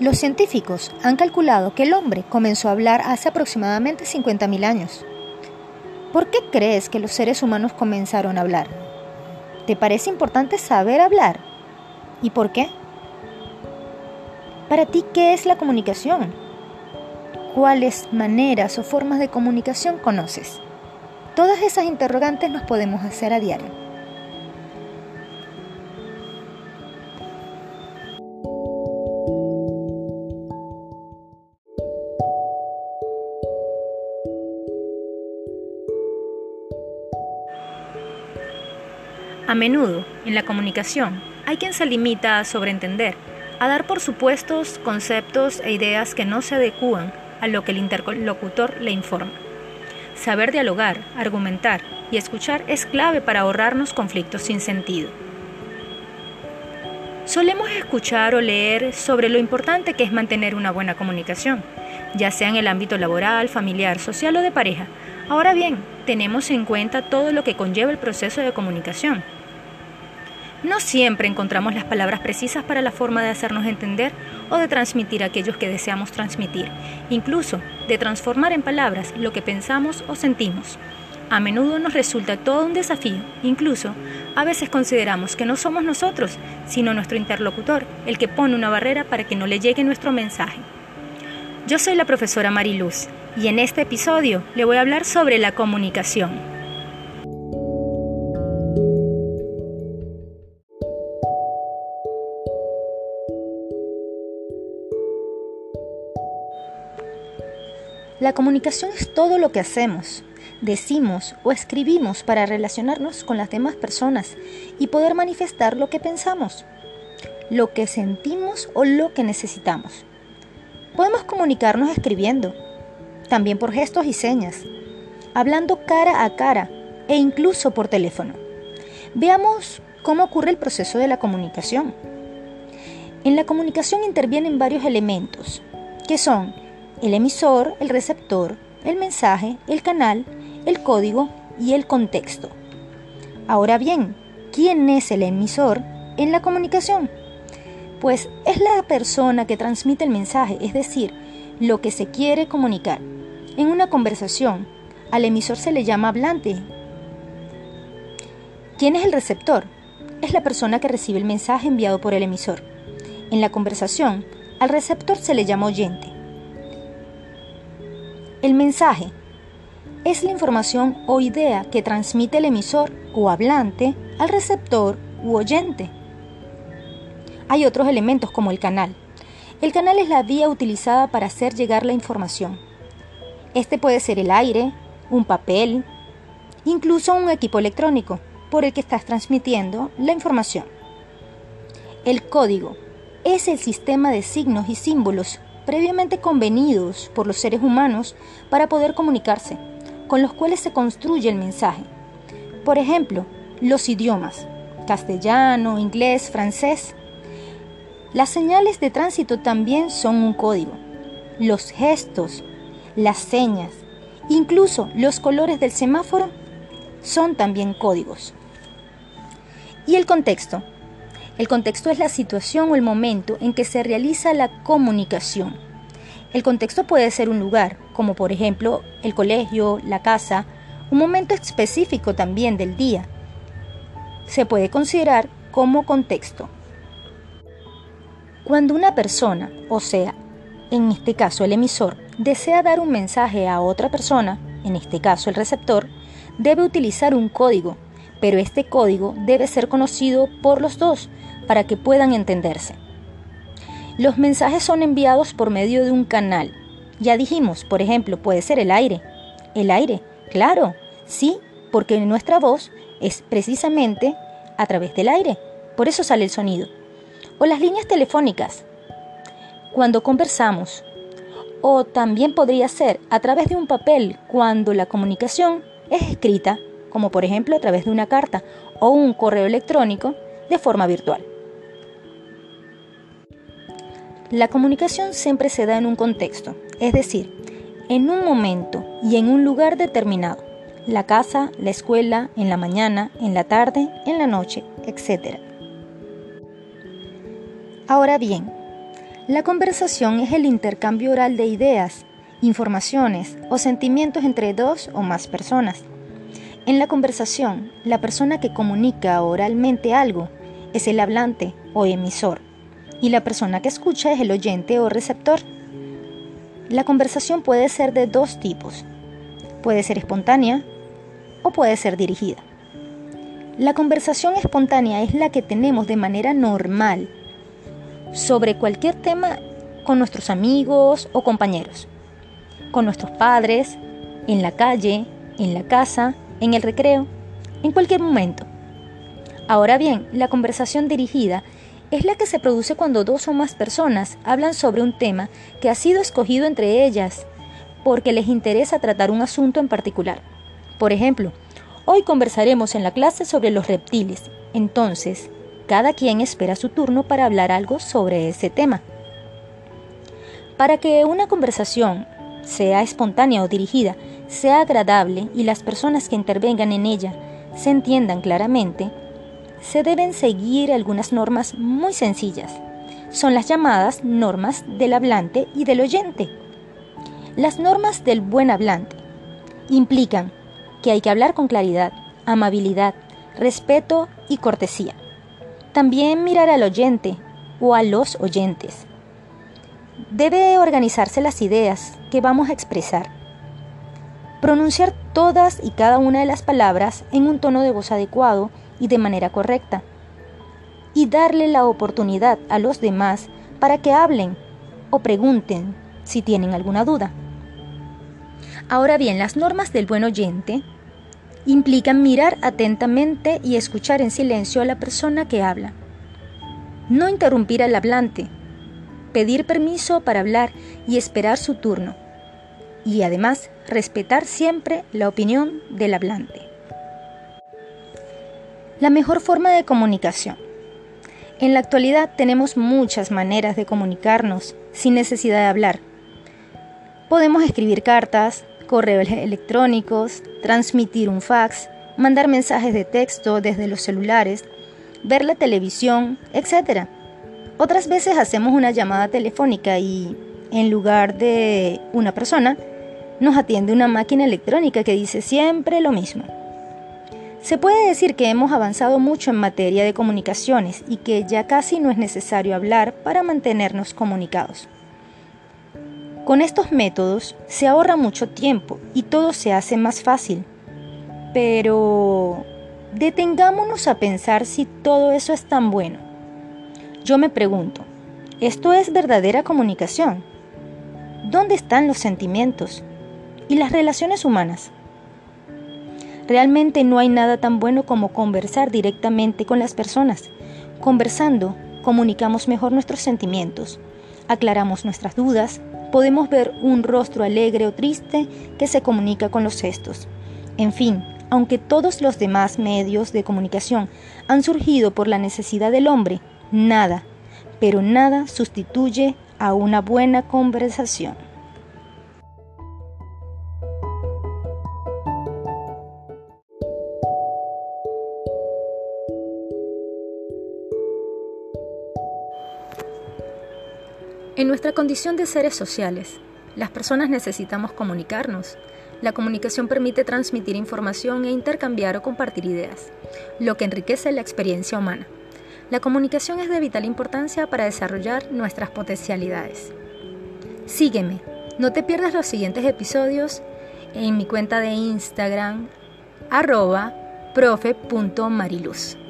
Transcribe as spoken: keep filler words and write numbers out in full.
Los científicos han calculado que el hombre comenzó a hablar hace aproximadamente cincuenta mil años. ¿Por qué crees que los seres humanos comenzaron a hablar? ¿Te parece importante saber hablar? ¿Y por qué? Para ti, ¿qué es la comunicación? ¿Cuáles maneras o formas de comunicación conoces? Todas esas interrogantes nos podemos hacer a diario. A menudo, en la comunicación, hay quien se limita a sobreentender, a dar por supuestos conceptos e ideas que no se adecúan a lo que el interlocutor le informa. Saber dialogar, argumentar y escuchar es clave para ahorrarnos conflictos sin sentido. Solemos escuchar o leer sobre lo importante que es mantener una buena comunicación, ya sea en el ámbito laboral, familiar, social o de pareja. Ahora bien, tenemos en cuenta todo lo que conlleva el proceso de comunicación. No siempre encontramos las palabras precisas para la forma de hacernos entender o de transmitir aquellos que deseamos transmitir, incluso de transformar en palabras lo que pensamos o sentimos. A menudo nos resulta todo un desafío, incluso a veces consideramos que no somos nosotros, sino nuestro interlocutor, el que pone una barrera para que no le llegue nuestro mensaje. Yo soy la profesora Mariluz y en este episodio le voy a hablar sobre la comunicación. La comunicación es todo lo que hacemos, decimos o escribimos para relacionarnos con las demás personas y poder manifestar lo que pensamos, lo que sentimos o lo que necesitamos. Podemos comunicarnos escribiendo, también por gestos y señas, hablando cara a cara e incluso por teléfono. Veamos cómo ocurre el proceso de la comunicación. En la comunicación intervienen varios elementos, que son el emisor, el receptor, el mensaje, el canal, el código y el contexto. Ahora bien, ¿quién es el emisor en la comunicación? Pues es la persona que transmite el mensaje, es decir, lo que se quiere comunicar. En una conversación, al emisor se le llama hablante. ¿Quién es el receptor? Es la persona que recibe el mensaje enviado por el emisor. En la conversación, al receptor se le llama oyente. El mensaje es la información o idea que transmite el emisor o hablante al receptor u oyente. Hay otros elementos como el canal. El canal es la vía utilizada para hacer llegar la información. Este puede ser el aire, un papel, incluso un equipo electrónico por el que estás transmitiendo la información. El código es el sistema de signos y símbolos previamente convenidos por los seres humanos para poder comunicarse, con los cuales se construye el mensaje. Por ejemplo, los idiomas, castellano, inglés, francés. Las señales de tránsito también son un código. Los gestos, las señas, incluso los colores del semáforo son también códigos. ¿Y el contexto? El contexto es la situación o el momento en que se realiza la comunicación. El contexto puede ser un lugar, como por ejemplo el colegio, la casa, un momento específico también del día. Se puede considerar como contexto. Cuando una persona, o sea, en este caso el emisor, desea dar un mensaje a otra persona, en este caso el receptor, debe utilizar un código, pero este código debe ser conocido por los dos para que puedan entenderse. Los mensajes son enviados por medio de un canal. Ya dijimos, por ejemplo, puede ser el aire. El aire, claro, sí, porque nuestra voz es precisamente a través del aire, por eso sale el sonido. O las líneas telefónicas, cuando conversamos. O también podría ser a través de un papel cuando la comunicación es escrita, como por ejemplo a través de una carta o un correo electrónico de forma virtual. La comunicación siempre se da en un contexto, es decir, en un momento y en un lugar determinado. La casa, la escuela, en la mañana, en la tarde, en la noche, etcétera. Ahora bien, La conversación es el intercambio oral de ideas, informaciones o sentimientos entre dos o más personas. En la conversación, la persona que comunica oralmente algo es el hablante o emisor, y la persona que escucha es el oyente o receptor. La conversación puede ser de dos tipos. Puede ser espontánea o puede ser dirigida. La conversación espontánea es la que tenemos de manera normal sobre cualquier tema con nuestros amigos o compañeros, con nuestros padres, en la calle, en la casa, en el recreo, en cualquier momento. Ahora bien, la conversación dirigida es la que se produce cuando dos o más personas hablan sobre un tema que ha sido escogido entre ellas porque les interesa tratar un asunto en particular. Por ejemplo, hoy conversaremos en la clase sobre los reptiles. Entonces, cada quien espera su turno para hablar algo sobre ese tema. Para que una conversación, sea espontánea o dirigida, sea agradable y las personas que intervengan en ella se entiendan claramente, se deben seguir algunas normas muy sencillas. Son las llamadas normas del hablante y del oyente. Las normas del buen hablante implican que hay que hablar con claridad, amabilidad, respeto y cortesía. También mirar al oyente o a los oyentes. Debe organizarse las ideas que vamos a expresar. Pronunciar todas y cada una de las palabras en un tono de voz adecuado y de manera correcta. Y darle la oportunidad a los demás para que hablen o pregunten si tienen alguna duda. Ahora bien, las normas del buen oyente implican mirar atentamente y escuchar en silencio a la persona que habla. No interrumpir al hablante, pedir permiso para hablar y esperar su turno. Y además, respetar siempre la opinión del hablante. La mejor forma de comunicación. En la actualidad tenemos muchas maneras de comunicarnos sin necesidad de hablar. Podemos escribir cartas, correos electrónicos, transmitir un fax, mandar mensajes de texto desde los celulares, ver la televisión, etcétera. Otras veces hacemos una llamada telefónica y, en lugar de una persona, nos atiende una máquina electrónica que dice siempre lo mismo. Se puede decir que hemos avanzado mucho en materia de comunicaciones y que ya casi no es necesario hablar para mantenernos comunicados. Con estos métodos se ahorra mucho tiempo y todo se hace más fácil. Pero detengámonos a pensar si todo eso es tan bueno. Yo me pregunto, ¿esto es verdadera comunicación? ¿Dónde están los sentimientos y las relaciones humanas? Realmente no hay nada tan bueno como conversar directamente con las personas. Conversando, comunicamos mejor nuestros sentimientos, aclaramos nuestras dudas, podemos ver un rostro alegre o triste que se comunica con los gestos. En fin, aunque todos los demás medios de comunicación han surgido por la necesidad del hombre, nada, pero nada sustituye a una buena conversación. En nuestra condición de seres sociales, las personas necesitamos comunicarnos. La comunicación permite transmitir información e intercambiar o compartir ideas, lo que enriquece la experiencia humana. La comunicación es de vital importancia para desarrollar nuestras potencialidades. Sígueme, no te pierdas los siguientes episodios en mi cuenta de Instagram, arroba profe punto mariluz.